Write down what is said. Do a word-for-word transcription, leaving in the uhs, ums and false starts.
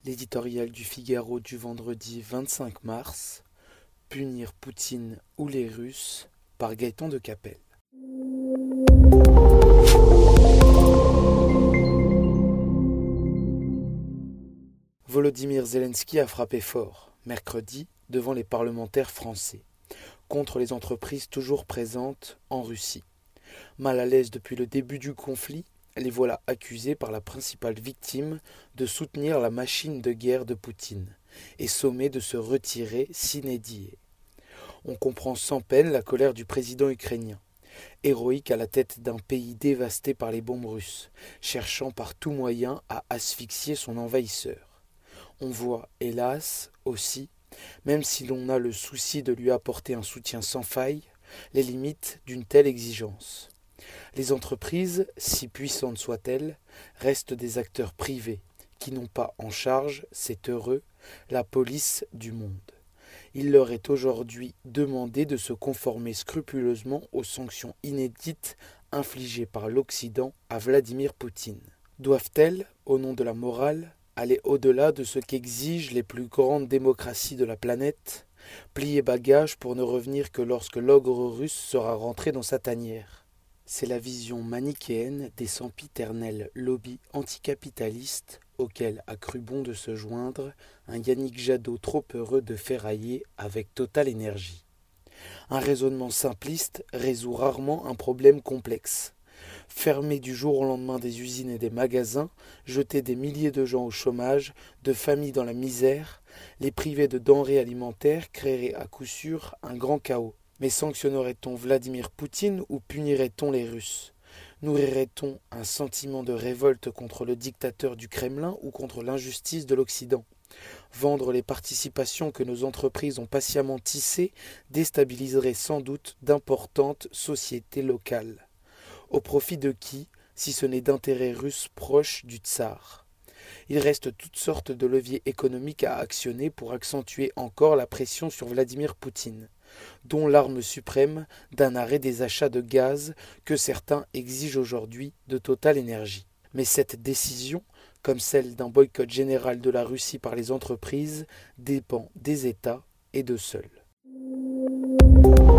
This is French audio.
L'éditorial du Figaro du vendredi vingt-cinq mars, Punir Poutine ou les Russes, par Gaëtan de Capelle. Volodymyr Zelensky a frappé fort, mercredi, devant les parlementaires français, contre les entreprises toujours présentes en Russie. Mal à l'aise depuis le début du conflit, les voilà accusés par la principale victime de soutenir la machine de guerre de Poutine et sommés de se retirer sine die. On comprend sans peine la colère du président ukrainien, héroïque à la tête d'un pays dévasté par les bombes russes, cherchant par tout moyen à asphyxier son envahisseur. On voit, hélas, aussi, même si l'on a le souci de lui apporter un soutien sans faille, les limites d'une telle exigence. Les entreprises, si puissantes soient-elles, restent des acteurs privés, qui n'ont pas en charge, c'est heureux, la police du monde. Il leur est aujourd'hui demandé de se conformer scrupuleusement aux sanctions inédites infligées par l'Occident à Vladimir Poutine. Doivent-elles, au nom de la morale, aller au-delà de ce qu'exigent les plus grandes démocraties de la planète, plier bagage pour ne revenir que lorsque l'ogre russe sera rentré dans sa tanière? C'est la vision manichéenne des sempiternels lobbies anticapitalistes auxquels a cru bon de se joindre un Yannick Jadot trop heureux de ferrailler avec Total Énergie. Un raisonnement simpliste résout rarement un problème complexe. Fermer du jour au lendemain des usines et des magasins, jeter des milliers de gens au chômage, de familles dans la misère, les priver de denrées alimentaires créerait à coup sûr un grand chaos. Mais sanctionnerait-on Vladimir Poutine ou punirait-on les Russes? Nourrirait-on un sentiment de révolte contre le dictateur du Kremlin ou contre l'injustice de l'Occident? Vendre les participations que nos entreprises ont patiemment tissées déstabiliserait sans doute d'importantes sociétés locales. Au profit de qui, si ce n'est d'intérêts russes proches du tsar? Il reste toutes sortes de leviers économiques à actionner pour accentuer encore la pression sur Vladimir Poutine, dont l'arme suprême d'un arrêt des achats de gaz que certains exigent aujourd'hui de Total Énergie. Mais cette décision, comme celle d'un boycott général de la Russie par les entreprises, dépend des États et d'eux seuls.